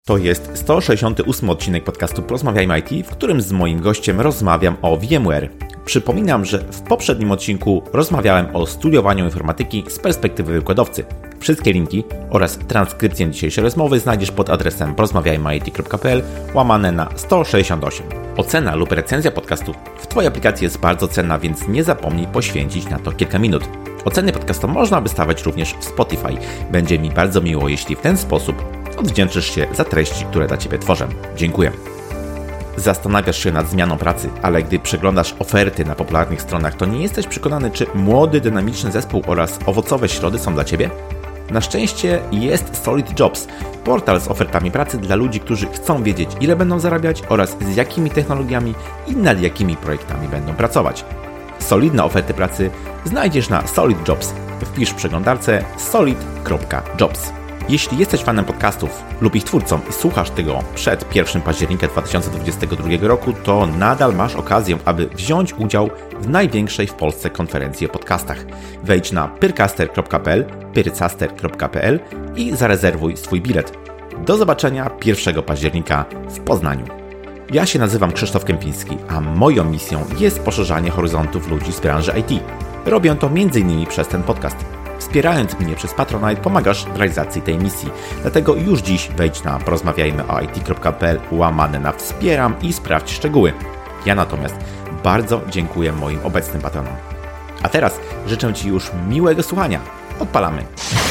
To jest 168 odcinek podcastu Porozmawiajmy IT, w którym z moim gościem rozmawiam o VMware. Przypominam, że w poprzednim odcinku rozmawiałem o studiowaniu informatyki z perspektywy wykładowcy. Wszystkie linki oraz transkrypcję dzisiejszej rozmowy znajdziesz pod adresem porozmawiajmyit.pl/168. Ocena lub recenzja podcastu w Twojej aplikacji jest bardzo cenna, więc nie zapomnij poświęcić na to kilka minut. Oceny podcastu można wystawiać również w Spotify. Będzie mi bardzo miło, jeśli w ten sposób odwdzięczysz się za treści, które dla Ciebie tworzę. Dziękuję. Zastanawiasz się nad zmianą pracy, ale gdy przeglądasz oferty na popularnych stronach, to nie jesteś przekonany, czy młody, dynamiczny zespół oraz owocowe środy są dla Ciebie? Na szczęście jest Solid Jobs, portal z ofertami pracy dla ludzi, którzy chcą wiedzieć, ile będą zarabiać oraz z jakimi technologiami i nad jakimi projektami będą pracować. Solidne oferty pracy znajdziesz na Solid Jobs. Wpisz w przeglądarce solid.jobs. Jeśli jesteś fanem podcastów lub ich twórcą i słuchasz tego przed 1 października 2022 roku, to nadal masz okazję, aby wziąć udział w największej w Polsce konferencji o podcastach. Wejdź na pyrcaster.pl i zarezerwuj swój bilet. Do zobaczenia 1 października w Poznaniu. Ja się nazywam Krzysztof Kępiński, a moją misją jest poszerzanie horyzontów ludzi z branży IT. Robię to m.in. przez ten podcast. Wspierając mnie przez Patronite pomagasz w realizacji tej misji. Dlatego już dziś wejdź na porozmawiajmyoit.pl/wspieram i sprawdź szczegóły. Ja natomiast bardzo dziękuję moim obecnym patronom. A teraz życzę Ci już miłego słuchania. Odpalamy!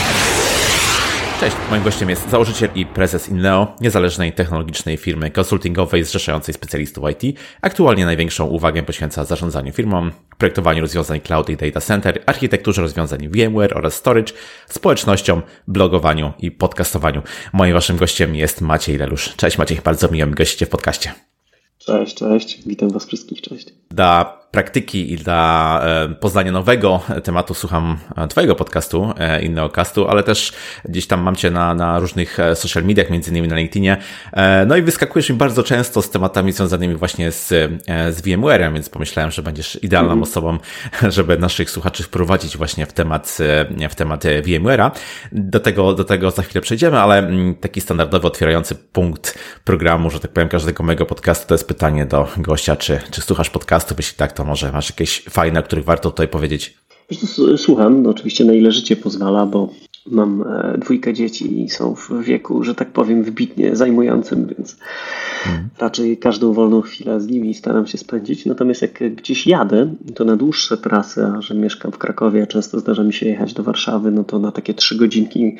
Cześć, moim gościem jest założyciel i prezes Inleo, niezależnej technologicznej firmy konsultingowej zrzeszającej specjalistów IT. Aktualnie największą uwagę poświęca zarządzaniu firmą, projektowaniu rozwiązań cloud i data center, architekturze rozwiązań VMware oraz storage, społecznościom, blogowaniu i podcastowaniu. Moim waszym gościem jest Maciej Lelusz. Cześć Maciej, bardzo miło mi gościcie w podcaście. Cześć, witam was wszystkich, cześć. Dla praktyki i dla poznania nowego tematu słucham Twojego podcastu, Inneocastu, ale też gdzieś tam mam Cię na różnych social mediach, między innymi na LinkedInie. No i wyskakujesz mi bardzo często z tematami związanymi właśnie z VMware'em, więc pomyślałem, że będziesz idealną osobą, żeby naszych słuchaczy wprowadzić właśnie w temat VMware'a. Do tego za chwilę przejdziemy, ale taki standardowy, otwierający punkt programu, że tak powiem, każdego mojego podcastu to jest pytanie do gościa, czy słuchasz podcastów, jeśli tak, to może masz jakieś fajne, o których warto tutaj powiedzieć? Słucham, no oczywiście na ile życie pozwala, bo mam 2 dzieci i są w wieku, że tak powiem, wybitnie zajmującym, więc raczej każdą wolną chwilę z nimi staram się spędzić. Natomiast jak gdzieś jadę, to na dłuższe trasy, a że mieszkam w Krakowie, a często zdarza mi się jechać do Warszawy, no to na takie 3 godzinki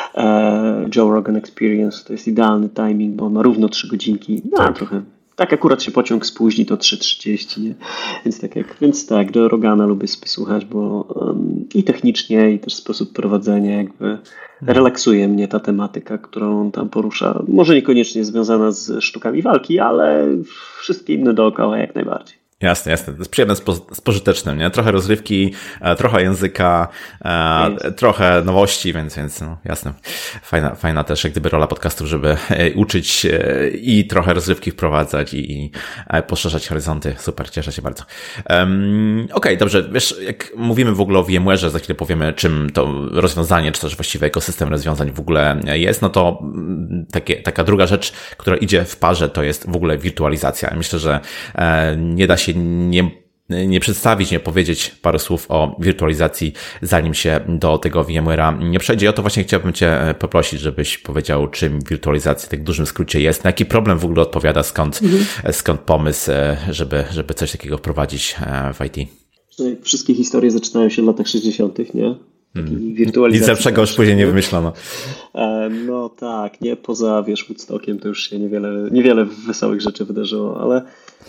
Joe Rogan Experience to jest idealny timing, bo on ma równo 3 godzinki, trochę. Tak akurat się pociąg spóźni, to 3:30, nie? Więc tak, Joe Rogana lubię sobie słuchać, bo i technicznie, i też sposób prowadzenia jakby relaksuje mnie ta tematyka, którą on tam porusza. Może niekoniecznie związana z sztukami walki, ale wszystkie inne dookoła jak najbardziej. Jasne. To jest przyjemne z pożytecznym, nie? Trochę rozrywki, trochę języka, trochę nowości, więc no, jasne. Fajna też jak gdyby rola podcastów, żeby uczyć i trochę rozrywki wprowadzać i poszerzać horyzonty. Super, cieszę się bardzo. Okej, dobrze. Wiesz, jak mówimy w ogóle o VMware'ze, za chwilę powiemy, czym to rozwiązanie, czy też właściwie ekosystem rozwiązań w ogóle jest, no to taka druga rzecz, która idzie w parze, to jest w ogóle wirtualizacja. Myślę, że nie da się nie przedstawić, nie powiedzieć paru słów o wirtualizacji, zanim się do tego VMware'a nie przejdzie. O to właśnie chciałbym Cię poprosić, żebyś powiedział, czym wirtualizacja w tak dużym skrócie jest, na jaki problem w ogóle odpowiada, skąd pomysł, żeby coś takiego wprowadzić w IT. Wszystkie historie zaczynają się w latach 60., nie? Nic lepszego już później nie wymyślono. No tak, nie? Poza, Woodstockiem to już się niewiele wesołych rzeczy wydarzyło, ale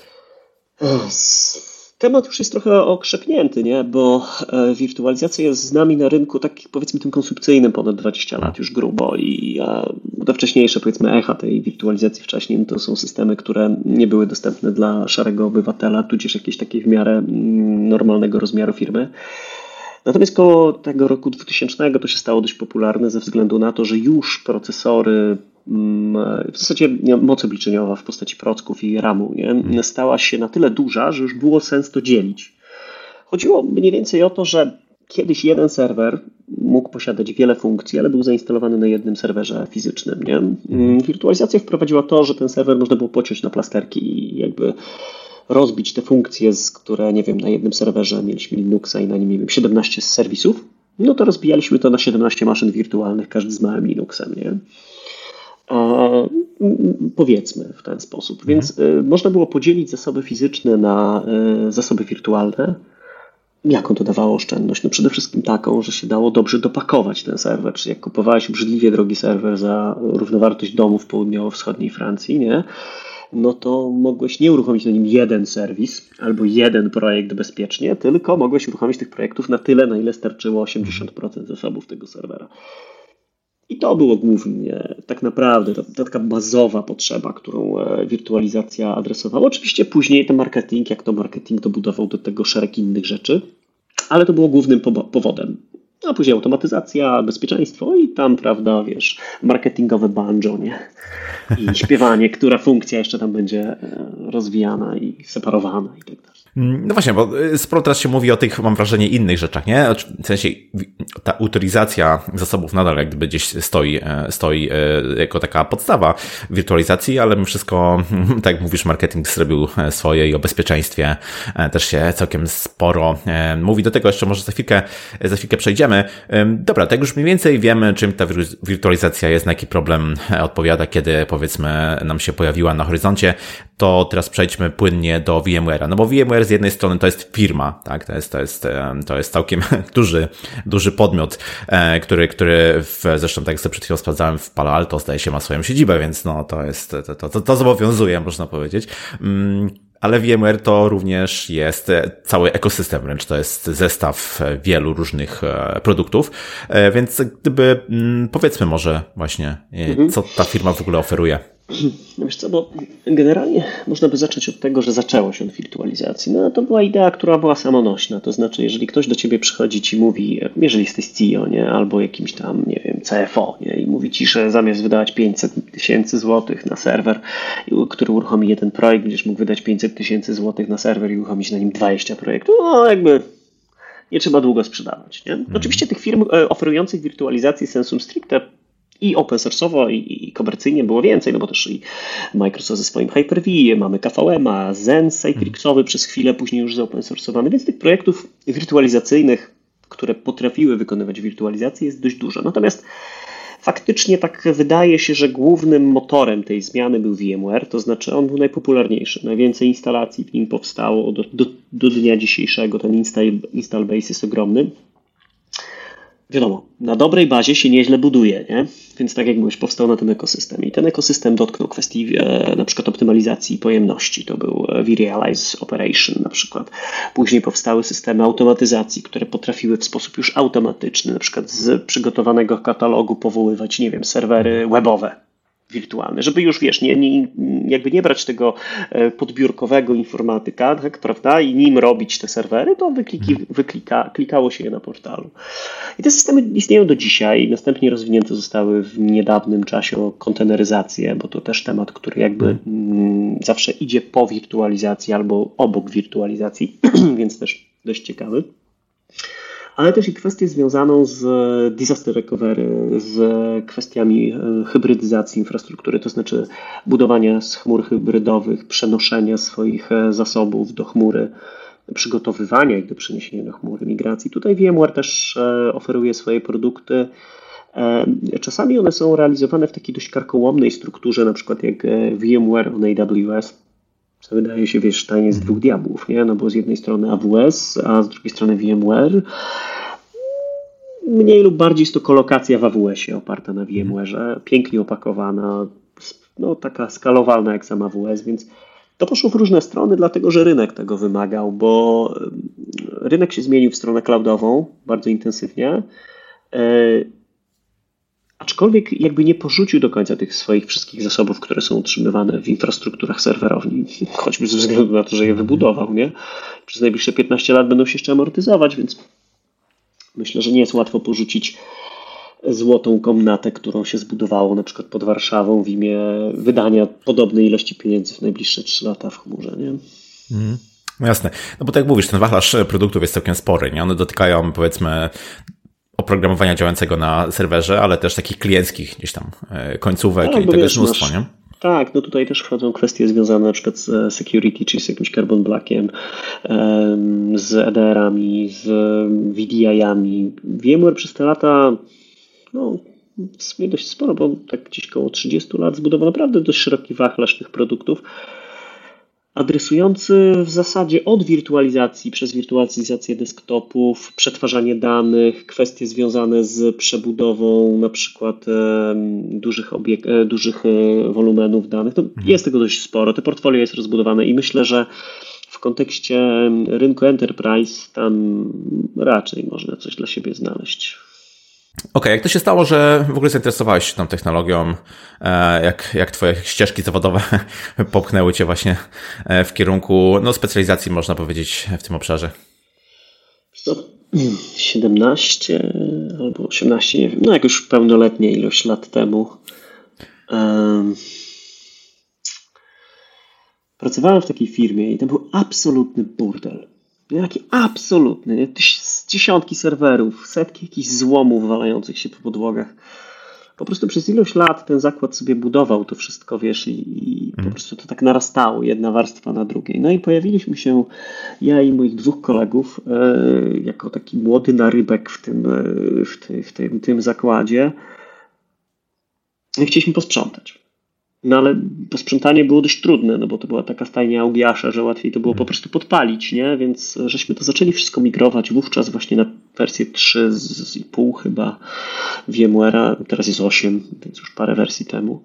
temat już jest trochę okrzepnięty, nie? Bo wirtualizacja jest z nami na rynku takim, powiedzmy, tym konsumpcyjnym ponad 20 lat już grubo i te wcześniejsze, powiedzmy, echa tej wirtualizacji wcześniej, no to są systemy, które nie były dostępne dla szarego obywatela, tudzież jakieś takiej w miarę normalnego rozmiaru firmy. Natomiast koło tego roku 2000 to się stało dość popularne ze względu na to, że już procesory, w zasadzie moc obliczeniowa w postaci procków i RAM-u, nie, stała się na tyle duża, że już było sens to dzielić. Chodziło mniej więcej o to, że kiedyś jeden serwer mógł posiadać wiele funkcji, ale był zainstalowany na jednym serwerze fizycznym. Nie? Wirtualizacja wprowadziła to, że ten serwer można było pociąć na plasterki i jakby rozbić te funkcje, które, nie wiem, na jednym serwerze mieliśmy Linuxa i na nim, nie wiem, 17 serwisów, no to rozbijaliśmy to na 17 maszyn wirtualnych, każdy z małym Linuxem, nie? Powiedzmy w ten sposób. Więc można było podzielić zasoby fizyczne na zasoby wirtualne. Jaką to dawało oszczędność? No przede wszystkim taką, że się dało dobrze dopakować ten serwer. Czyli jak kupowałeś obrzydliwie drogi serwer za równowartość domu w południowo-wschodniej Francji, nie? No to mogłeś nie uruchomić na nim jeden serwis albo jeden projekt bezpiecznie, tylko mogłeś uruchomić tych projektów na tyle, na ile starczyło 80% zasobów tego serwera. I to było głównie tak naprawdę ta taka bazowa potrzeba, którą wirtualizacja adresowała. Oczywiście później ten marketing, jak to marketing dobudował do tego szereg innych rzeczy, ale to było głównym powodem. A później automatyzacja, bezpieczeństwo i tam, prawda, wiesz, marketingowe banjo, nie? I śpiewanie, która funkcja jeszcze tam będzie rozwijana i separowana i tak dalej. No właśnie, bo sporo teraz się mówi o tych, mam wrażenie, innych rzeczach, nie? W sensie ta utylizacja zasobów nadal jak gdyby gdzieś stoi jako taka podstawa wirtualizacji, ale my wszystko, tak jak mówisz, marketing zrobił swoje i o bezpieczeństwie też się całkiem sporo mówi. Do tego jeszcze może za chwilkę przejdziemy. Dobra, tak już mniej więcej wiemy, czym ta wirtualizacja jest, na jaki problem odpowiada, kiedy powiedzmy nam się pojawiła na horyzoncie, to teraz przejdźmy płynnie do VMware'a. No bo VMware z jednej strony to jest firma, tak? To jest całkiem duży podmiot, który zresztą tak jak sobie przed chwilą sprawdzałem, w Palo Alto zdaje się ma swoją siedzibę, więc no to zobowiązuje, można powiedzieć. Ale VMware to również jest cały ekosystem, wręcz to jest zestaw wielu różnych produktów, więc gdyby powiedzmy może właśnie, co ta firma w ogóle oferuje. Wiesz co, bo generalnie można by zacząć od tego, że zaczęło się od wirtualizacji. No to była idea, która była samonośna, to znaczy jeżeli ktoś do ciebie przychodzi ci mówi, jeżeli jesteś CEO, nie, albo jakimś tam, nie wiem, CFO, nie, i mówi ci, że zamiast wydawać 500 000 złotych na serwer, który uruchomi jeden projekt, będziesz mógł wydać 500 000 złotych na serwer i uruchomić na nim 20 projektów, no jakby nie trzeba długo sprzedawać. Nie? Oczywiście tych firm oferujących wirtualizację sensum stricte i open source'owo i komercyjnie było więcej, no bo też i Microsoft ze swoim Hyper-V, mamy KVM, Zen Citrixowy przez chwilę, później już zopen source'owany, więc tych projektów wirtualizacyjnych, które potrafiły wykonywać wirtualizację, jest dość dużo. Natomiast faktycznie tak wydaje się, że głównym motorem tej zmiany był VMware, to znaczy on był najpopularniejszy. Najwięcej instalacji w nim powstało do dnia dzisiejszego, ten install base jest ogromny. Wiadomo, na dobrej bazie się nieźle buduje, nie? Więc tak jak mówisz, powstał na tym ekosystem. I ten ekosystem dotknął kwestii na przykład optymalizacji pojemności. To był vRealize Operation na przykład. Później powstały systemy automatyzacji, które potrafiły w sposób już automatyczny, na przykład z przygotowanego katalogu powoływać, nie wiem, serwery webowe wirtualne, żeby już, wiesz, jakby nie brać tego podbiórkowego informatyka, tak, prawda, i nim robić te serwery, to klikało się je na portalu. I te systemy istnieją do dzisiaj, następnie rozwinięte zostały w niedawnym czasie o konteneryzację, bo to też temat, który jakby zawsze idzie po wirtualizacji albo obok wirtualizacji, więc też dość ciekawy. Ale też i kwestię związaną z disaster recovery, z kwestiami hybrydyzacji infrastruktury, to znaczy budowania z chmur hybrydowych, przenoszenia swoich zasobów do chmury, przygotowywania ich do przeniesienia do chmury, migracji. Tutaj VMware też oferuje swoje produkty. Czasami one są realizowane w takiej dość karkołomnej strukturze, na przykład jak VMware on AWS. To wydaje się, wiesz, tanie z dwóch diabłów, nie? No bo z jednej strony AWS, a z drugiej strony VMware. Mniej lub bardziej jest to kolokacja w AWS-ie oparta na VMware'ze, pięknie opakowana, no taka skalowalna jak sam AWS, więc to poszło w różne strony, dlatego że rynek tego wymagał, bo rynek się zmienił w stronę cloudową bardzo intensywnie. Aczkolwiek jakby nie porzucił do końca tych swoich wszystkich zasobów, które są utrzymywane w infrastrukturach serwerowni, choćby ze względu na to, że je wybudował, nie? Przez najbliższe 15 lat będą się jeszcze amortyzować, więc myślę, że nie jest łatwo porzucić złotą komnatę, którą się zbudowało na przykład pod Warszawą w imię wydania podobnej ilości pieniędzy w najbliższe 3 lata w chmurze, nie? No jasne. No bo tak jak mówisz, ten wachlarz produktów jest całkiem spory, nie? One dotykają, powiedzmy, oprogramowania działającego na serwerze, ale też takich klienckich gdzieś tam końcówek i tego jest mnóstwo, nie? Tak, no tutaj też wchodzą kwestie związane na przykład z security, czyli z jakimś Carbon Blackiem, z EDR-ami, z VDI-ami. VMware przez te lata, no w sumie dość sporo, bo tak gdzieś koło 30 lat zbudował naprawdę dość szeroki wachlarz tych produktów, adresujący w zasadzie od wirtualizacji, przez wirtualizację desktopów, przetwarzanie danych, kwestie związane z przebudową na przykład dużych wolumenów danych. To jest tego dość sporo. Te portfolio jest rozbudowane i myślę, że w kontekście rynku enterprise tam raczej można coś dla siebie znaleźć. Okej, jak to się stało, że w ogóle zainteresowałeś się tą technologią? Jak twoje ścieżki zawodowe popchnęły cię właśnie w kierunku specjalizacji, można powiedzieć, w tym obszarze? 17 albo 18, nie wiem, jak już pełnoletnie ilość lat temu. Pracowałem w takiej firmie i to był absolutny burdel. Jaki absolutny. Dziesiątki serwerów, setki jakichś złomów walających się po podłogach. Po prostu przez ilość lat ten zakład sobie budował to wszystko, wiesz, i po prostu to tak narastało, jedna warstwa na drugiej. No i pojawiliśmy się, ja i moich 2 kolegów, jako taki młody narybek w tym zakładzie. I chcieliśmy posprzątać. No ale posprzątanie było dość trudne, no bo to była taka stajnia Augiasza, że łatwiej to było po prostu podpalić, nie? Więc żeśmy to zaczęli wszystko migrować wówczas właśnie na wersję 3,5 chyba VMware'a, teraz jest 8, więc już parę wersji temu.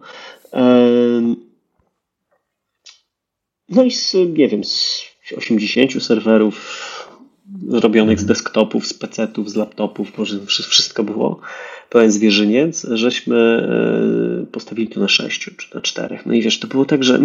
No i z 80 serwerów zrobionych z desktopów, z PC-ów, z laptopów, może wszystko było, pełen zwierzyniec, żeśmy postawili to na 6 czy na 4. No i wiesz, to było tak, że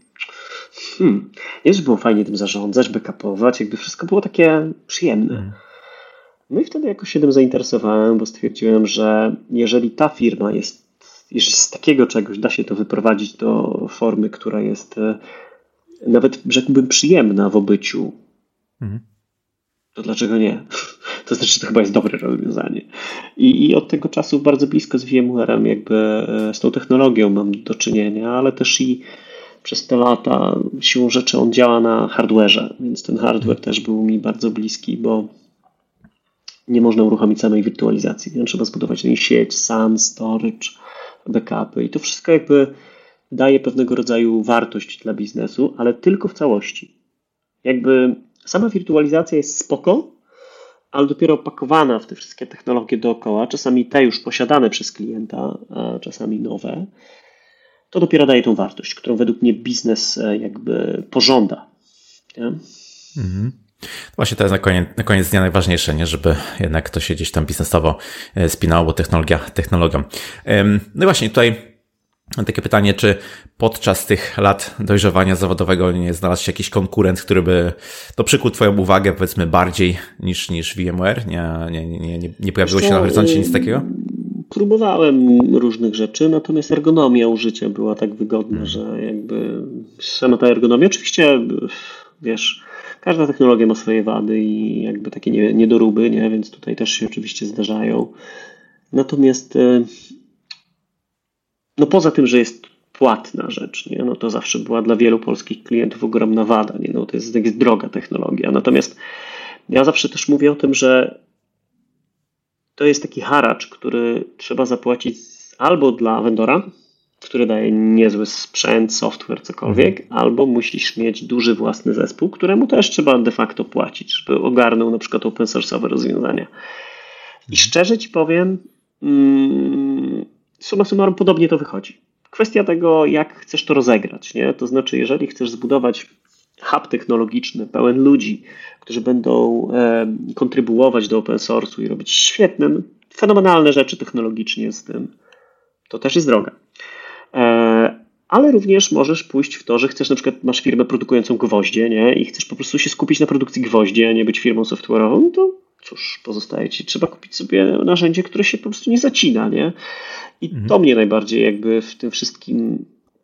nie, że było fajnie tym zarządzać, backupować, jakby wszystko było takie przyjemne. No i wtedy jakoś się tym zainteresowałem, bo stwierdziłem, że jeżeli ta firma jeżeli z takiego czegoś da się to wyprowadzić do formy, która jest nawet, rzekłbym, przyjemna w obyciu, to dlaczego nie? To znaczy, to chyba jest dobre rozwiązanie. I od tego czasu bardzo blisko z VMware'em, jakby z tą technologią mam do czynienia, ale też i przez te lata siłą rzeczy on działa na hardware'ze, więc ten hardware też był mi bardzo bliski, bo nie można uruchomić samej wirtualizacji. Trzeba zbudować sieć, SAN, storage, backupy i to wszystko jakby daje pewnego rodzaju wartość dla biznesu, ale tylko w całości. Jakby sama wirtualizacja jest spoko, ale dopiero opakowana w te wszystkie technologie dookoła, czasami te już posiadane przez klienta, a czasami nowe, to dopiero daje tą wartość, którą według mnie biznes jakby pożąda. Nie? Właśnie to jest na koniec dnia najważniejsze, nie? Żeby jednak to się gdzieś tam biznesowo spinało, bo technologią. No i właśnie tutaj takie pytanie, czy podczas tych lat dojrzewania zawodowego nie znalazł się jakiś konkurent, który by przykuł twoją uwagę, powiedzmy, bardziej niż VMware? Nie pojawiło się na horyzoncie nic takiego? Próbowałem różnych rzeczy, natomiast ergonomia użycia była tak wygodna, że jakby sama ta ergonomia, oczywiście, wiesz, każda technologia ma swoje wady i jakby takie niedoróby, nie? Więc tutaj też się oczywiście zdarzają. Natomiast no poza tym, że jest płatna rzecz, nie? No to zawsze była dla wielu polskich klientów ogromna wada. Nie? No to jest droga technologia. Natomiast ja zawsze też mówię o tym, że to jest taki haracz, który trzeba zapłacić albo dla vendora, który daje niezły sprzęt, software, cokolwiek, albo musisz mieć duży własny zespół, któremu też trzeba de facto płacić, żeby ogarnął na przykład open source'owe rozwiązania. I szczerze ci powiem, summa summarum podobnie to wychodzi. Kwestia tego, jak chcesz to rozegrać, nie? To znaczy, jeżeli chcesz zbudować hub technologiczny, pełen ludzi, którzy będą kontrybuować do open source'u i robić świetne, fenomenalne rzeczy technologicznie z tym, to też jest droga. Ale również możesz pójść w to, że chcesz, na przykład masz firmę produkującą gwoździe, nie? I chcesz po prostu się skupić na produkcji gwoździ, a nie być firmą software'ową, no to cóż, pozostaje ci. Trzeba kupić sobie narzędzie, które się po prostu nie zacina, nie? I to mnie najbardziej jakby w tym wszystkim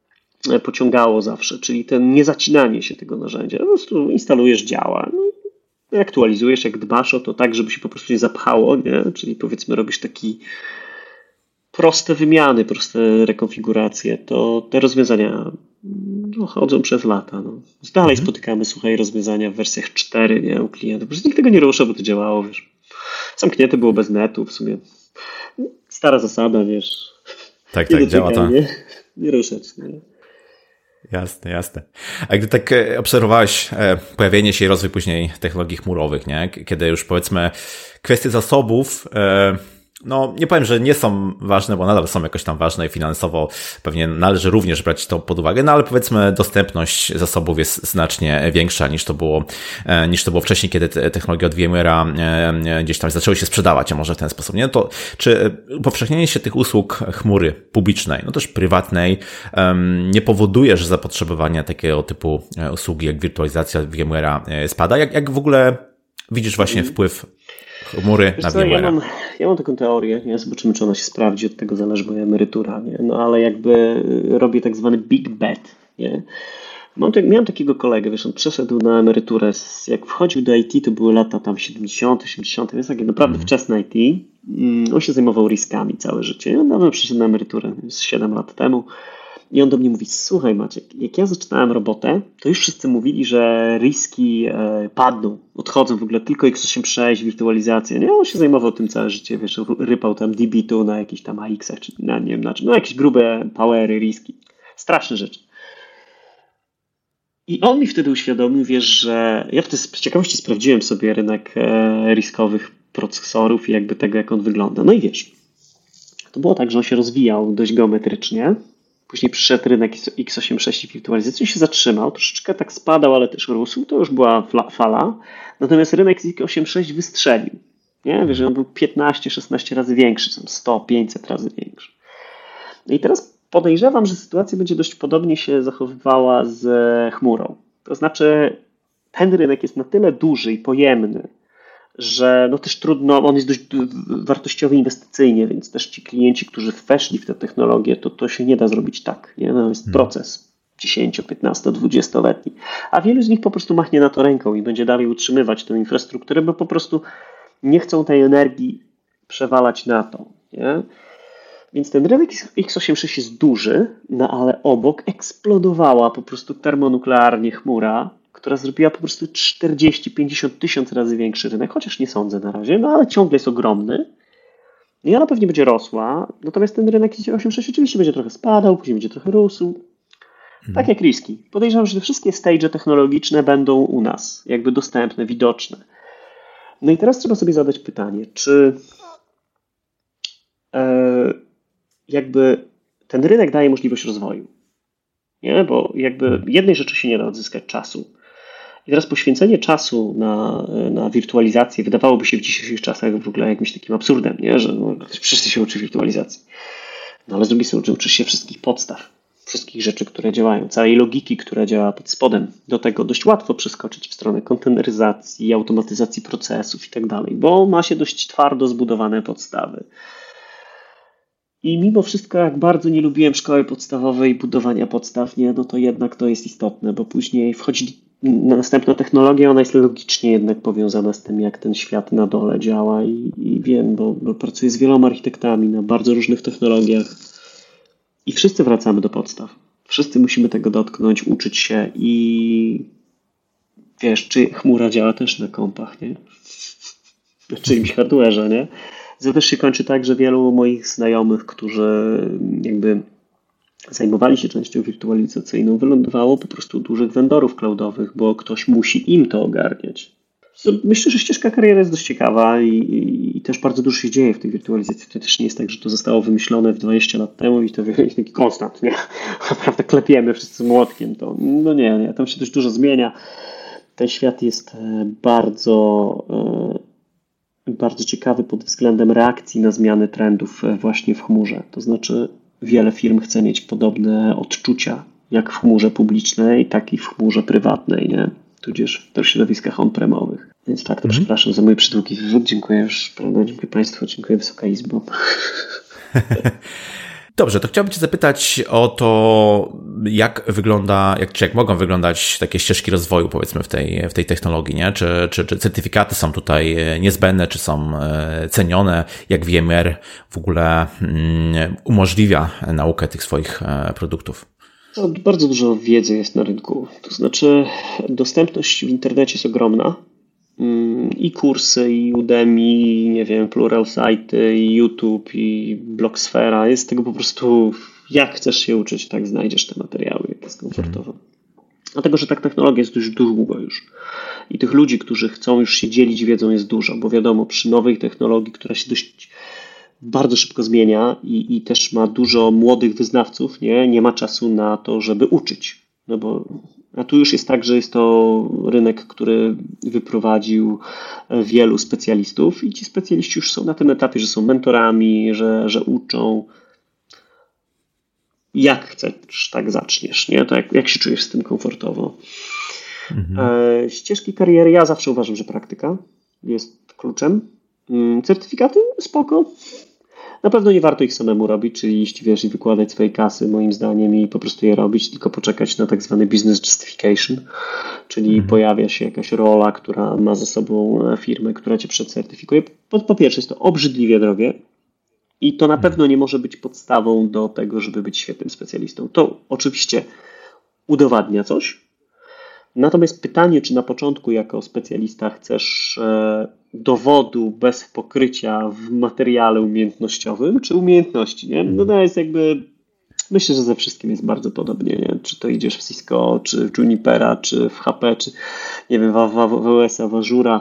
pociągało zawsze, czyli ten niezacinanie się tego narzędzia. Po prostu instalujesz, działa. No, aktualizujesz, jak dbasz o to tak, żeby się po prostu nie zapchało, nie? Czyli powiedzmy robisz taki proste wymiany, proste rekonfiguracje, to te rozwiązania chodzą przez lata. No. Dalej spotykamy, rozwiązania w wersjach 4, nie, u klientów. Przecież nikt tego nie rusza, bo to działało, wiesz. Zamknięte było bez netu w sumie. Stara zasada, wiesz. Tak, działa to. Nie ruszać. Nie. Jasne. A gdy tak obserwowałeś pojawienie się i rozwój później technologii chmurowych, nie? Kiedy już powiedzmy kwestie zasobów, no nie powiem, że nie są ważne, bo nadal są jakoś tam ważne i finansowo pewnie należy również brać to pod uwagę, no ale powiedzmy dostępność zasobów jest znacznie większa niż to było wcześniej, kiedy te technologie od VMware'a gdzieś tam zaczęły się sprzedawać, a może w ten sposób, nie? To czy upowszechnienie się tych usług chmury publicznej, no też prywatnej, nie powoduje, że zapotrzebowanie takiego typu usługi jak wirtualizacja VMware'a spada? Jak w ogóle widzisz właśnie wpływ chmury na VMware'a? Ja mam taką teorię, nie? Zobaczymy, czy ona się sprawdzi, od tego zależy moja emerytura, nie? No ale jakby robię tak zwany big bet, nie? Miałem takiego kolegę, wiesz, on przeszedł na emeryturę, jak wchodził do IT, to były lata tam 70, 80, więc takie naprawdę wczesne IT. On się zajmował riskami całe życie. On nawet przyszedł na emeryturę 7 lat temu. I on do mnie mówi, słuchaj Maciek, jak ja zaczynałem robotę, to już wszyscy mówili, że riski padną, odchodzą w ogóle tylko x86, wirtualizacja. Nie, on się zajmował tym całe życie, wiesz, rypał tam DB2 na jakichś tam AX-ach, czy nie wiem na czym, jakieś grube powery, riski. Straszne rzeczy. I on mi wtedy uświadomił, wiesz, że ja wtedy z ciekawości sprawdziłem sobie rynek riskowych procesorów i jakby tego, jak on wygląda. No i wiesz, to było tak, że on się rozwijał dość geometrycznie. Później przyszedł rynek x86 i wirtualizacji, się zatrzymał, troszeczkę tak spadał, ale też rósł, to już była fala. Natomiast rynek x86 wystrzelił. Nie? Wiesz, on był 15-16 razy większy, 100-500 razy większy. No i teraz podejrzewam, że sytuacja będzie dość podobnie się zachowywała z chmurą. To znaczy ten rynek jest na tyle duży i pojemny, że no też trudno, on jest dość wartościowy inwestycyjnie, więc też ci klienci, którzy weszli w tę technologię, to się nie da zrobić tak. Nie? No jest proces 10, 15, 20-letni. A wielu z nich po prostu machnie na to ręką i będzie dalej utrzymywać tę infrastrukturę, bo po prostu nie chcą tej energii przewalać na to. Nie? Więc ten rynek x86 jest duży, no ale obok eksplodowała po prostu termonuklearnie chmura, która zrobiła po prostu 40-50 tysiąc razy większy rynek, chociaż nie sądzę na razie, no ale ciągle jest ogromny. I ona pewnie będzie rosła, natomiast ten rynek x86 oczywiście będzie trochę spadał, później będzie trochę rósł. Tak jak riski. Podejrzewam, że te wszystkie stage technologiczne będą u nas, jakby dostępne, widoczne. No i teraz trzeba sobie zadać pytanie, czy jakby ten rynek daje możliwość rozwoju. Nie? Bo jakby jednej rzeczy się nie da odzyskać czasu. I teraz poświęcenie czasu na wirtualizację wydawałoby się w dzisiejszych czasach w ogóle jakimś takim absurdem, nie? Że wszyscy się uczy wirtualizacji. No ale z drugiej strony uczysz się wszystkich podstaw, wszystkich rzeczy, które działają, całej logiki, która działa pod spodem. Do tego dość łatwo przeskoczyć w stronę konteneryzacji, automatyzacji procesów i tak dalej, bo ma się dość twardo zbudowane podstawy. I mimo wszystko, jak bardzo nie lubiłem szkoły podstawowej, budowania podstaw, nie, no to jednak to jest istotne, bo później wchodzi następna technologia, ona jest logicznie jednak powiązana z tym, jak ten świat na dole działa i wiem, bo pracuję z wieloma architektami na bardzo różnych technologiach i wszyscy wracamy do podstaw. Wszyscy musimy tego dotknąć, uczyć się i wiesz, czy chmura działa też na kompach, nie? Na czyimś hardware'ze, nie? To też się kończy tak, że wielu moich znajomych, którzy jakby zajmowali się częścią wirtualizacyjną, wylądowało po prostu dużych vendorów cloudowych, bo ktoś musi im to ogarniać. Myślę, że ścieżka kariery jest dość ciekawa i też bardzo dużo się dzieje w tej wirtualizacji. To też nie jest tak, że to zostało wymyślone w 20 lat temu i to jest taki konstant, nie? Naprawdę klepiemy wszyscy młotkiem. To, no nie, tam się dość dużo zmienia. Ten świat jest bardzo ciekawy pod względem reakcji na zmiany trendów właśnie w chmurze. To znaczy wiele firm chce mieć podobne odczucia jak w chmurze publicznej, tak i w chmurze prywatnej, nie? Tudzież w środowiskach on-premowych. Więc tak, to przepraszam za mój przydługi wywód. Dziękuję już, prawda? Dziękuję Państwu, dziękuję Wysoka Izbo. Dobrze, to chciałbym Cię zapytać o to, jak mogą wyglądać takie ścieżki rozwoju, powiedzmy, w tej technologii, nie? Czy certyfikaty są tutaj niezbędne, czy są cenione, jak VMware w ogóle umożliwia naukę tych swoich produktów? No, bardzo dużo wiedzy jest na rynku. To znaczy dostępność w internecie jest ogromna. I kursy, i Udemy, nie wiem, Pluralsight, i YouTube, i Blogsfera. Jest tego po prostu, jak chcesz się uczyć, tak znajdziesz te materiały, jak jest komfortowo. Dlatego, że tak technologia jest dość długo już. I tych ludzi, którzy chcą już się dzielić wiedzą, jest dużo, bo wiadomo, przy nowej technologii, która się dość bardzo szybko zmienia i też ma dużo młodych wyznawców, nie ma czasu na to, żeby uczyć. No bo a tu już jest tak, że jest to rynek, który wyprowadził wielu specjalistów i ci specjaliści już są na tym etapie, że są mentorami, że uczą. Jak chcesz, tak zaczniesz, nie? To jak się czujesz z tym komfortowo. Ścieżki kariery, ja zawsze uważam, że praktyka jest kluczem. Certyfikaty spoko. Na pewno nie warto ich samemu robić, czyli iść, i wykładać swojej kasy, moim zdaniem, i po prostu je robić, tylko poczekać na tak zwany business justification, czyli pojawia się jakaś rola, która ma za sobą firmę, która cię przecertyfikuje. Po pierwsze, jest to obrzydliwie drogie i to na pewno nie może być podstawą do tego, żeby być świetnym specjalistą. To oczywiście udowadnia coś. Natomiast pytanie, czy na początku jako specjalista chcesz dowodu bez pokrycia w materiale umiejętnościowym, czy umiejętności, nie? No to jest jakby, myślę, że ze wszystkim jest bardzo podobnie, nie? Czy to idziesz w Cisco, czy w Junipera, czy w HP, czy nie wiem, w AWS-a, w Azure'a.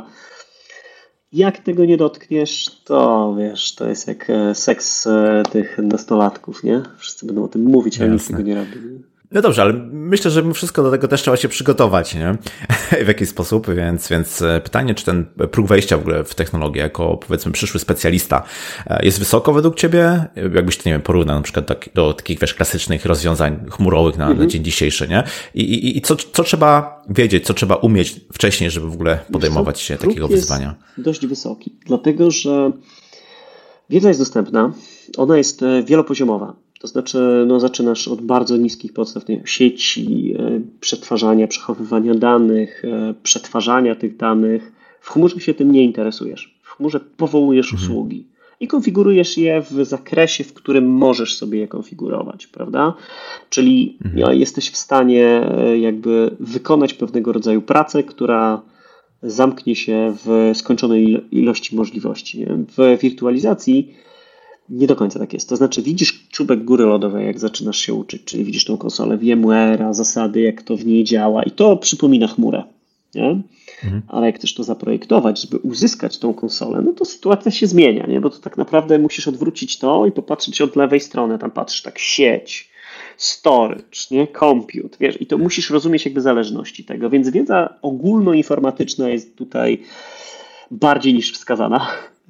Jak tego nie dotkniesz, to wiesz, to jest jak seks tych nastolatków, nie? Wszyscy będą o tym mówić, a nikt tego nie robi. No dobrze, ale myślę, że mimo wszystko do tego też trzeba się przygotować, nie? W jakiś sposób, więc pytanie, czy ten próg wejścia w ogóle w technologię jako, powiedzmy, przyszły specjalista jest wysoko według Ciebie? Jakbyś to, nie wiem, porównał na przykład do takich, wiesz, klasycznych rozwiązań chmurowych na dzień dzisiejszy, nie? I co trzeba wiedzieć, co trzeba umieć wcześniej, żeby w ogóle podejmować się takiego wyzwania? Jest dość wysoki, dlatego że wiedza jest dostępna, ona jest wielopoziomowa. To znaczy, no, zaczynasz od bardzo niskich podstaw, nie wiem, sieci, przetwarzania, przechowywania danych, przetwarzania tych danych. W chmurze się tym nie interesujesz. W chmurze powołujesz usługi i konfigurujesz je w zakresie, w którym możesz sobie je konfigurować, prawda? Czyli jesteś w stanie jakby wykonać pewnego rodzaju pracę, która zamknie się w skończonej ilości możliwości. Nie? W wirtualizacji nie do końca tak jest. To znaczy widzisz czubek góry lodowej, jak zaczynasz się uczyć, czyli widzisz tą konsolę VMware'a, zasady, jak to w niej działa i to przypomina chmurę. Nie? Ale jak chcesz to zaprojektować, żeby uzyskać tą konsolę, no to sytuacja się zmienia, nie? Bo to tak naprawdę musisz odwrócić to i popatrzeć od lewej strony, tam patrzysz tak sieć, storage, nie? Compute, wiesz, i to musisz rozumieć jakby zależności tego, więc wiedza ogólnoinformatyczna jest tutaj bardziej niż wskazana,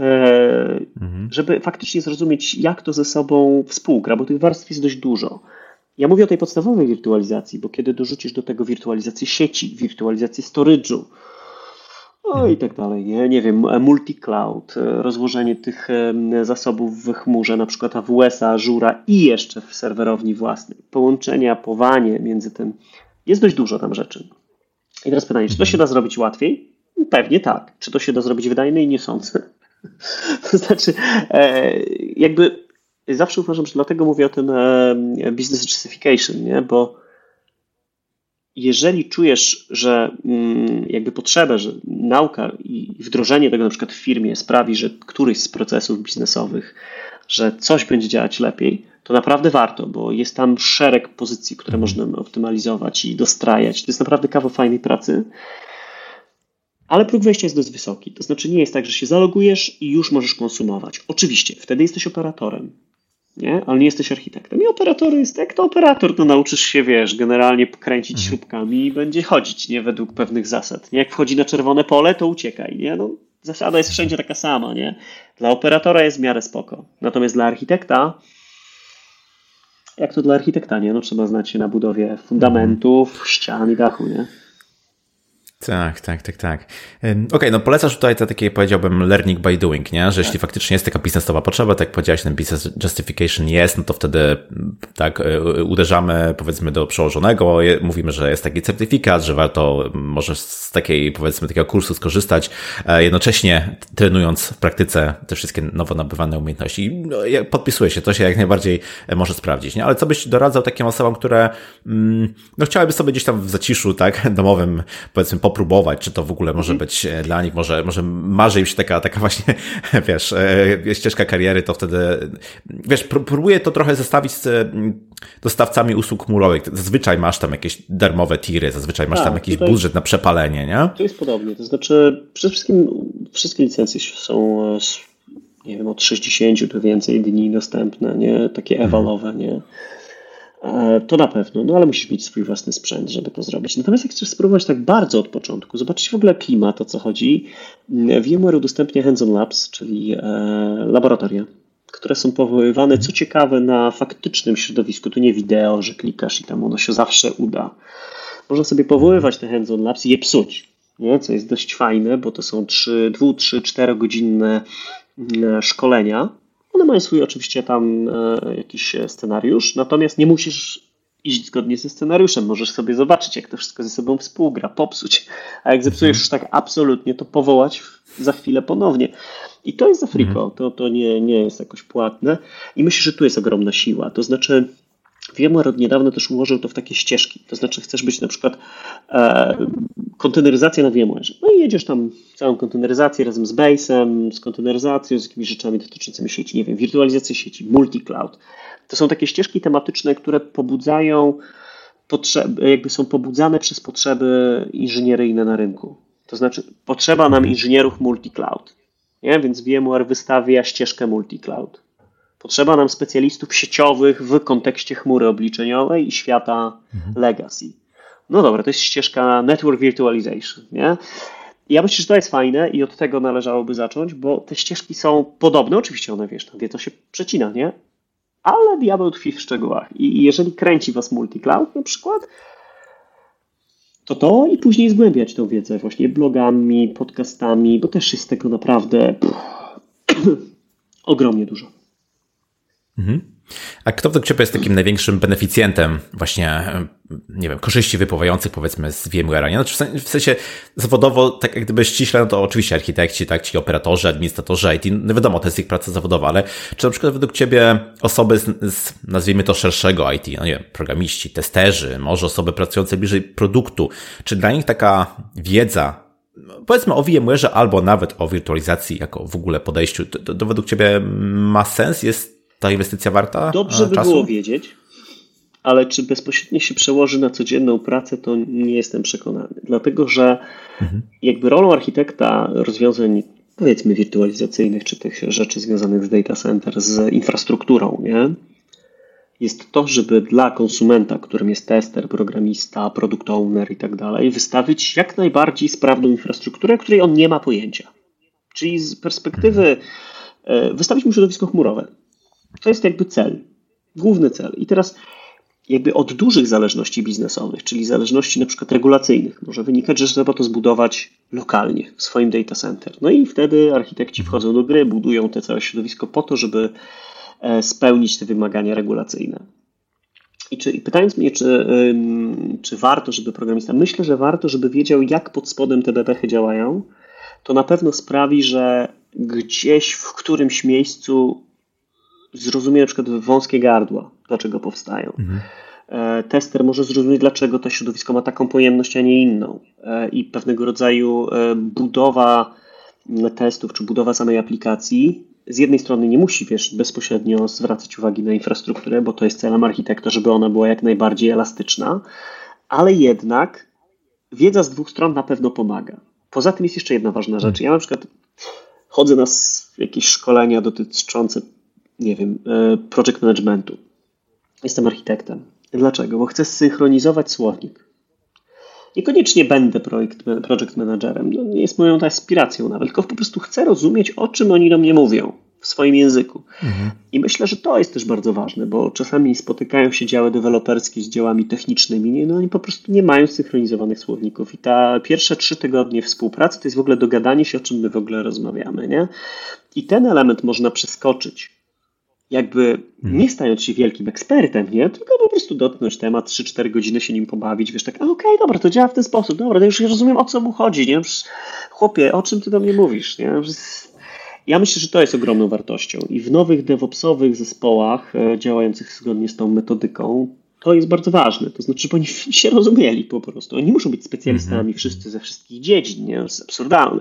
żeby faktycznie zrozumieć, jak to ze sobą współgra, bo tych warstw jest dość dużo. Ja mówię o tej podstawowej wirtualizacji, bo kiedy dorzucisz do tego wirtualizację sieci, wirtualizację storage'u, i tak dalej, nie wiem, multi-cloud, rozłożenie tych zasobów w chmurze, na przykład AWS-a, Azure'a i jeszcze w serwerowni własnej, połączenia, powanie między tym, jest dość dużo tam rzeczy. I teraz pytanie, czy to się da zrobić łatwiej? Pewnie tak. Czy to się da zrobić wydajniej? Nie sądzę. To znaczy, jakby zawsze uważam, że dlatego mówię o tym business justification, nie? Bo jeżeli czujesz, że jakby potrzebę, że nauka i wdrożenie tego na przykład w firmie sprawi, że któryś z procesów biznesowych, że coś będzie działać lepiej, to naprawdę warto, bo jest tam szereg pozycji, które można optymalizować i dostrajać. To jest naprawdę kawał fajnej pracy. Ale próg wejścia jest dość wysoki. To znaczy nie jest tak, że się zalogujesz i już możesz konsumować. Oczywiście, wtedy jesteś operatorem, nie? Ale nie jesteś architektem. I operator jest, jak to operator, to nauczysz się, wiesz, generalnie pokręcić śrubkami i będzie chodzić, nie? Według pewnych zasad. Nie? Jak wchodzi na czerwone pole, to uciekaj, nie? No, zasada jest wszędzie taka sama, nie? Dla operatora jest w miarę spoko. Natomiast dla architekta, jak to dla architekta, nie? No trzeba znać się na budowie fundamentów, ścian i dachu, nie? Tak. Okej, no polecasz tutaj te takie, powiedziałbym, learning by doing, nie? Że jeśli faktycznie jest taka biznesowa potrzeba, tak jak powiedziałeś, ten business justification jest, no to wtedy tak uderzamy, powiedzmy, do przełożonego, mówimy, że jest taki certyfikat, że warto może z takiej, powiedzmy, takiego kursu skorzystać, jednocześnie trenując w praktyce te wszystkie nowo nabywane umiejętności. No, ja podpisuję się, to się jak najbardziej może sprawdzić, nie? Ale co byś doradzał takim osobom, które no chciałyby sobie gdzieś tam w zaciszu, tak, domowym, powiedzmy, popróbować, czy to w ogóle może być dla nich, może marzy im się taka właśnie, wiesz, ścieżka kariery, to wtedy, wiesz, próbuję to trochę zestawić z dostawcami usług chmurowych. Zazwyczaj masz tam jakieś darmowe tiry, zazwyczaj masz tam jakiś budżet na przepalenie, nie? To jest podobnie, to znaczy przede wszystkim wszystkie licencje są, nie wiem, od 60 do więcej dni dostępne, nie? Takie ewalowe, nie? To na pewno, no ale musisz mieć swój własny sprzęt, żeby to zrobić. Natomiast jak chcesz spróbować tak bardzo od początku, zobaczyć w ogóle klimat, o co chodzi, VMware udostępnia Hands-on Labs, czyli laboratoria, które są powoływane, co ciekawe, na faktycznym środowisku. To nie wideo, że klikasz i tam ono się zawsze uda. Można sobie powoływać te Hands-on Labs i je psuć, nie? Co jest dość fajne, bo to są 3, 4 godzinne szkolenia. One mają swój oczywiście tam jakiś scenariusz, natomiast nie musisz iść zgodnie ze scenariuszem. Możesz sobie zobaczyć, jak to wszystko ze sobą współgra, popsuć. A jak zepsujesz już tak absolutnie, to powołać za chwilę ponownie. I to jest za friko, to nie jest jakoś płatne. I myślę, że tu jest ogromna siła. To znaczy VMware od niedawna też ułożył to w takie ścieżki. To znaczy chcesz być na przykład konteneryzacja na VMware. No i jedziesz tam całą konteneryzację razem z Base'em, z konteneryzacją, z jakimiś rzeczami dotyczącymi sieci, nie wiem, wirtualizacja sieci, multi-cloud. To są takie ścieżki tematyczne, które pobudzają jakby są pobudzane przez potrzeby inżynieryjne na rynku. To znaczy potrzeba nam inżynierów multi-cloud. Nie? Więc VMware wystawia ścieżkę multi-cloud. Potrzeba nam specjalistów sieciowych w kontekście chmury obliczeniowej i świata legacy. No dobra, to jest ścieżka Network Virtualization. Nie? Ja myślę, że to jest fajne i od tego należałoby zacząć, bo te ścieżki są podobne. Oczywiście one, wiesz, tam to się przecina, nie? Ale diabeł tkwi w szczegółach. I jeżeli kręci was multi-cloud na przykład, to i później zgłębiać tę wiedzę właśnie blogami, podcastami, bo też jest tego naprawdę ogromnie dużo. A kto według Ciebie jest takim największym beneficjentem właśnie, nie wiem, korzyści wypływających powiedzmy z VMware'a, nie? Znaczy w sensie zawodowo, tak jak gdyby ściśle, no to oczywiście architekci, tak, ci operatorzy, administratorzy IT, no wiadomo, to jest ich praca zawodowa, ale czy na przykład według Ciebie osoby z nazwijmy to szerszego IT, no nie wiem, programiści, testerzy, może osoby pracujące bliżej produktu, czy dla nich taka wiedza, powiedzmy o VMware'ze albo nawet o wirtualizacji jako w ogóle podejściu, to według Ciebie ma sens? Jest ta inwestycja warta Dobrze by czasu? było wiedzieć, ale czy bezpośrednio się przełoży na codzienną pracę, to nie jestem przekonany. Dlatego, że jakby rolą architekta rozwiązań, powiedzmy, wirtualizacyjnych, czy tych rzeczy związanych z data center, z infrastrukturą, nie? Jest to, żeby dla konsumenta, którym jest tester, programista, product owner i tak dalej, wystawić jak najbardziej sprawną infrastrukturę, o której on nie ma pojęcia. Czyli z perspektywy wystawić mu środowisko chmurowe. To jest jakby cel, główny cel. I teraz jakby od dużych zależności biznesowych, czyli zależności na przykład regulacyjnych, może wynikać, że trzeba to zbudować lokalnie w swoim data center. No i wtedy architekci wchodzą do gry, budują te całe środowisko po to, żeby spełnić te wymagania regulacyjne. I pytając mnie, czy warto, żeby programista, myślę, że warto, żeby wiedział, jak pod spodem te bebechy działają, to na pewno sprawi, że gdzieś w którymś miejscu zrozumie na przykład wąskie gardła, dlaczego powstają. Tester może zrozumieć, dlaczego to środowisko ma taką pojemność, a nie inną. I pewnego rodzaju budowa testów, czy budowa samej aplikacji z jednej strony nie musi, wiesz, bezpośrednio zwracać uwagi na infrastrukturę, bo to jest celem architekta, żeby ona była jak najbardziej elastyczna, ale jednak wiedza z dwóch stron na pewno pomaga. Poza tym jest jeszcze jedna ważna rzecz. Ja na przykład chodzę na jakieś szkolenia dotyczące, nie wiem, project managementu. Jestem architektem. Dlaczego? Bo chcę zsynchronizować słownik. Niekoniecznie będę project managerem. No, nie jest moją aspiracją nawet, tylko po prostu chcę rozumieć, o czym oni do mnie mówią. w swoim języku. I myślę, że to jest też bardzo ważne, bo czasami spotykają się działy deweloperskie z działami technicznymi, no oni po prostu nie mają synchronizowanych słowników i ta pierwsze 3 tygodnie współpracy to jest w ogóle dogadanie się, o czym my w ogóle rozmawiamy, nie? I ten element można przeskoczyć, jakby nie stając się wielkim ekspertem, nie? Tylko po prostu dotknąć temat, 3-4 godziny się nim pobawić, wiesz, tak, okej, dobra, to działa w ten sposób, dobra, to już rozumiem, o co mu chodzi, nie? Chłopie, o czym ty do mnie mówisz, nie? Ja myślę, że to jest ogromną wartością i w nowych DevOpsowych zespołach działających zgodnie z tą metodyką to jest bardzo ważne. To znaczy, że oni się rozumieli po prostu. Oni muszą być specjalistami wszyscy ze wszystkich dziedzin, nie? To jest absurdalne.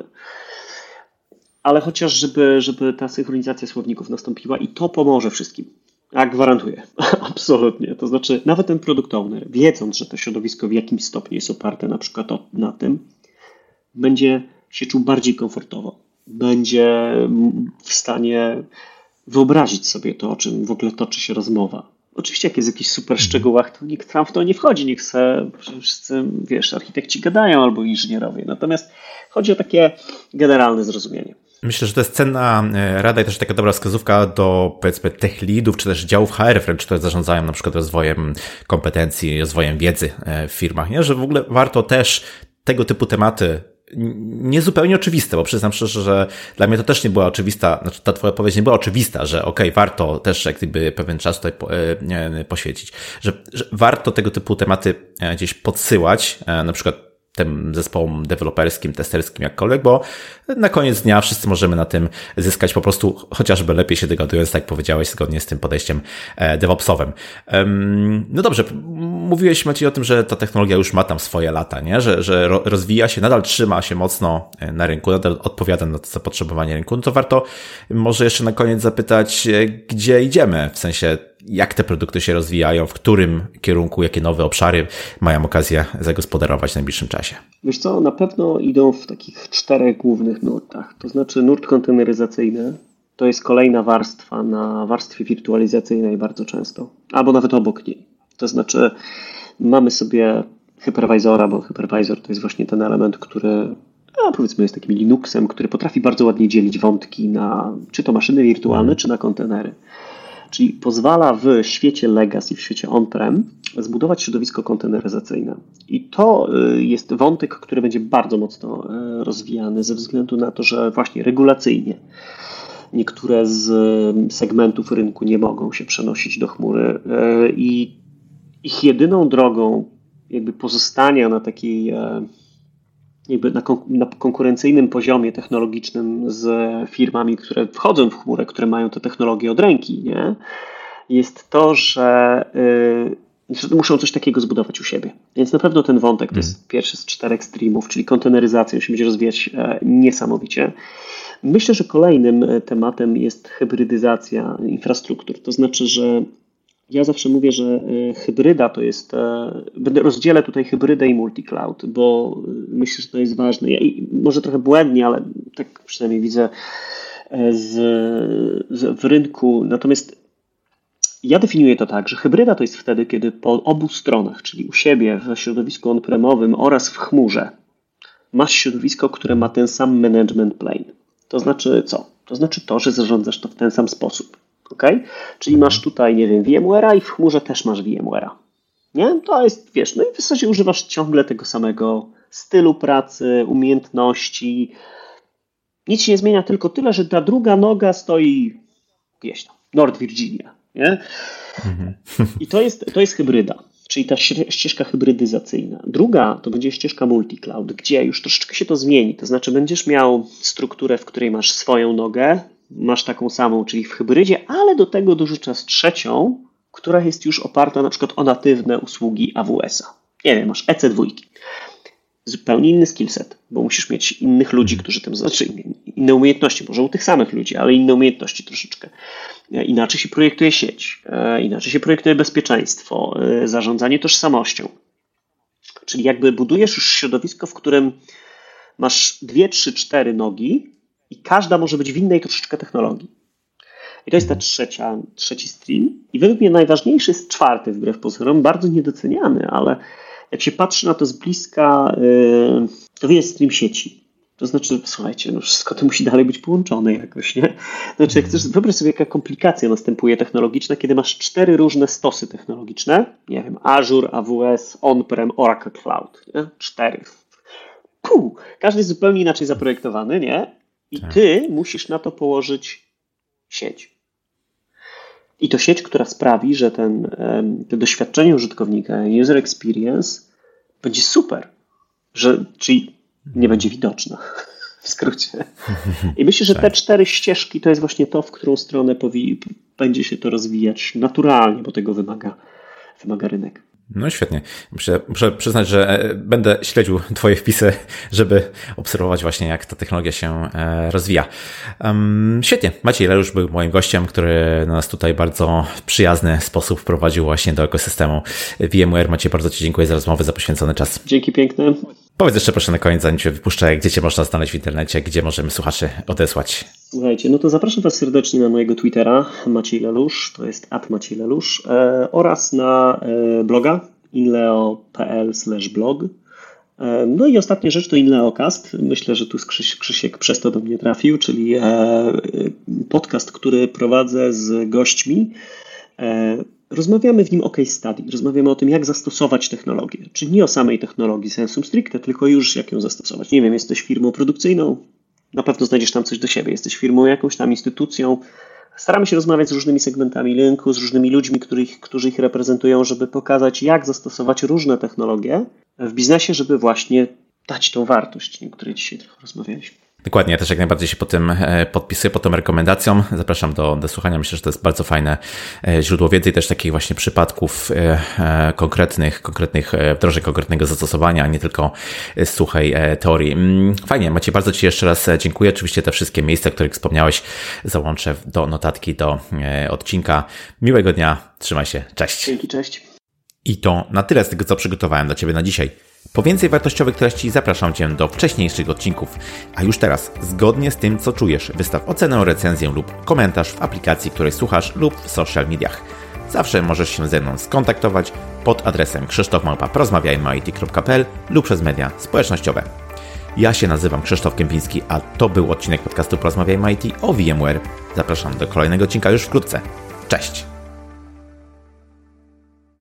Ale chociaż, żeby ta synchronizacja słowników nastąpiła i to pomoże wszystkim. Ja gwarantuję. Absolutnie. To znaczy, nawet ten product owner, wiedząc, że to środowisko w jakimś stopniu jest oparte na przykład na tym, będzie się czuł bardziej komfortowo. Będzie w stanie wyobrazić sobie to, o czym w ogóle toczy się rozmowa. Oczywiście jak jest w jakichś super szczegółach, to nikt tam w to nie wchodzi, niech se wszyscy, wiesz, architekci gadają albo inżynierowie. Natomiast chodzi o takie generalne zrozumienie. Myślę, że to jest cenna rada i też taka dobra wskazówka do, powiedzmy, tech leadów, czy też działów HR wręcz, które zarządzają na przykład rozwojem kompetencji, rozwojem wiedzy w firmach, nie? Że w ogóle warto też tego typu tematy niezupełnie oczywiste, bo przyznam szczerze, że dla mnie to też nie była oczywista, znaczy ta twoja odpowiedź nie była oczywista, że warto też jak gdyby pewien czas tutaj poświęcić, że warto tego typu tematy gdzieś podsyłać, na przykład tym zespołom deweloperskim, testerskim, jakkolwiek, bo na koniec dnia wszyscy możemy na tym zyskać po prostu chociażby lepiej się dogadując, tak jak powiedziałeś, zgodnie z tym podejściem DevOpsowym. No dobrze, mówiłeś, Maciej, o tym, że ta technologia już ma tam swoje lata, nie? Że rozwija się, nadal trzyma się mocno na rynku, nadal odpowiada na to zapotrzebowanie rynku. No to warto może jeszcze na koniec zapytać, gdzie idziemy, w sensie jak te produkty się rozwijają, w którym kierunku, jakie nowe obszary mają okazję zagospodarować w najbliższym czasie? Wiesz co, na pewno idą w takich 4 głównych nurtach. To znaczy nurt konteneryzacyjny to jest kolejna warstwa na warstwie wirtualizacyjnej bardzo często, albo nawet obok niej. To znaczy mamy sobie hypervisora, bo hypervisor to jest właśnie ten element, który powiedzmy jest takim Linuxem, który potrafi bardzo ładnie dzielić wątki na czy to maszyny wirtualne, czy na kontenery. Czyli pozwala w świecie legacy, w świecie on-prem zbudować środowisko konteneryzacyjne. I to jest wątek, który będzie bardzo mocno rozwijany ze względu na to, że właśnie regulacyjnie niektóre z segmentów rynku nie mogą się przenosić do chmury i ich jedyną drogą jakby pozostania na takiej jakby na konkurencyjnym poziomie technologicznym z firmami, które wchodzą w chmurę, które mają tę technologię od ręki, nie? Jest to, że muszą coś takiego zbudować u siebie. Więc na pewno ten wątek to jest pierwszy z 4 streamów, czyli konteneryzacja się będzie rozwijać niesamowicie. Myślę, że kolejnym tematem jest hybrydyzacja infrastruktur. To znaczy, że ja zawsze mówię, że hybryda to jest, rozdzielę tutaj hybrydę i multi-cloud, bo myślę, że to jest ważne. Może trochę błędnie, ale tak przynajmniej widzę w rynku. Natomiast ja definiuję to tak, że hybryda to jest wtedy, kiedy po obu stronach, czyli u siebie w środowisku on-premowym oraz w chmurze, masz środowisko, które ma ten sam management plane. To znaczy co? To znaczy to, że zarządzasz to w ten sam sposób. Okay? Czyli masz tutaj, nie wiem, VMware'a i w chmurze też masz VMware'a. Nie? To jest, wiesz, no i w zasadzie używasz ciągle tego samego stylu pracy, umiejętności. Nic się nie zmienia, tylko tyle, że ta druga noga stoi gdzieś tam, North Virginia. Nie? I to jest hybryda, czyli ta ścieżka hybrydyzacyjna. Druga to będzie ścieżka multi-cloud, gdzie już troszeczkę się to zmieni. To znaczy będziesz miał strukturę, w której masz swoją nogę, masz taką samą, czyli w hybrydzie, ale do tego dorzucasz trzecią, która jest już oparta na przykład o natywne usługi AWS-a. Nie wiem, masz EC2. Zupełnie inny skillset, bo musisz mieć innych ludzi, którzy tym znaczy inne umiejętności, może u tych samych ludzi, ale inne umiejętności troszeczkę. Inaczej się projektuje sieć, inaczej się projektuje bezpieczeństwo, zarządzanie tożsamością. Czyli jakby budujesz już środowisko, w którym masz 2, 3, 4 nogi i każda może być w innej troszeczkę technologii. I to jest ta trzeci stream. I według mnie najważniejszy jest 4, wbrew pozorom, bardzo niedoceniany, ale jak się patrzy na to z bliska, to jest stream sieci. To znaczy, słuchajcie, no wszystko to musi dalej być połączone jakoś, nie? Znaczy, jak chcesz, wyobraź sobie, jaka komplikacja następuje technologiczna, kiedy masz 4 różne stosy technologiczne, nie wiem, Azure, AWS, On-Prem, Oracle Cloud, nie? 4. Każdy jest zupełnie inaczej zaprojektowany, nie? I ty musisz na to położyć sieć. I to sieć, która sprawi, że to doświadczenie użytkownika, user experience będzie super, czyli nie będzie widoczna, w skrócie. I myślę, że te 4 ścieżki to jest właśnie to, w którą stronę będzie się to rozwijać naturalnie, bo tego wymaga rynek. No świetnie. Muszę przyznać, że będę śledził twoje wpisy, żeby obserwować właśnie, jak ta technologia się rozwija. Świetnie. Maciej Lelusz był moim gościem, który nas tutaj bardzo w przyjazny sposób wprowadził właśnie do ekosystemu VMware. Maciej, bardzo ci dziękuję za rozmowę, za poświęcony czas. Dzięki piękne. Powiedz jeszcze proszę na koniec, zanim cię wypuszczę, gdzie cię można znaleźć w internecie, gdzie możemy słuchaczy odesłać. Słuchajcie, no to zapraszam was serdecznie na mojego Twittera, Maciej Lelusz, to jest @MaciejLelusz, oraz na bloga inleo.pl/blog. No i ostatnia rzecz to InleoCast. Myślę, że tu Krzysiek przez to do mnie trafił, czyli podcast, który prowadzę z gośćmi. Rozmawiamy w nim o case study, rozmawiamy o tym, jak zastosować technologię. Czyli nie o samej technologii sensu stricte, tylko już jak ją zastosować. Nie wiem, jesteś firmą produkcyjną, na pewno znajdziesz tam coś do siebie. Jesteś firmą jakąś tam instytucją. Staramy się rozmawiać z różnymi segmentami rynku, z różnymi ludźmi, którzy ich reprezentują, żeby pokazać, jak zastosować różne technologie w biznesie, żeby właśnie dać tą wartość, o której dzisiaj trochę rozmawialiśmy. Dokładnie, ja też jak najbardziej się po tym podpisuję, pod tą rekomendacją. Zapraszam do słuchania. Myślę, że to jest bardzo fajne źródło wiedzy i też takich właśnie przypadków konkretnych wdrożeń, konkretnego zastosowania, a nie tylko suchej teorii. Fajnie, Maciej, bardzo ci jeszcze raz dziękuję. Oczywiście te wszystkie miejsca, o których wspomniałeś, załączę do notatki, do odcinka. Miłego dnia, trzymaj się, cześć. Dzięki, cześć. I to na tyle z tego, co przygotowałem dla ciebie na dzisiaj. Po więcej wartościowych treści zapraszam cię do wcześniejszych odcinków, a już teraz, zgodnie z tym, co czujesz, wystaw ocenę, recenzję lub komentarz w aplikacji, której słuchasz lub w social mediach. Zawsze możesz się ze mną skontaktować pod adresem krzysztof@porozmawiajmy.it.pl lub przez media społecznościowe. Ja się nazywam Krzysztof Kępiński, a to był odcinek podcastu Porozmawiajmy IT o VMware. Zapraszam do kolejnego odcinka już wkrótce. Cześć!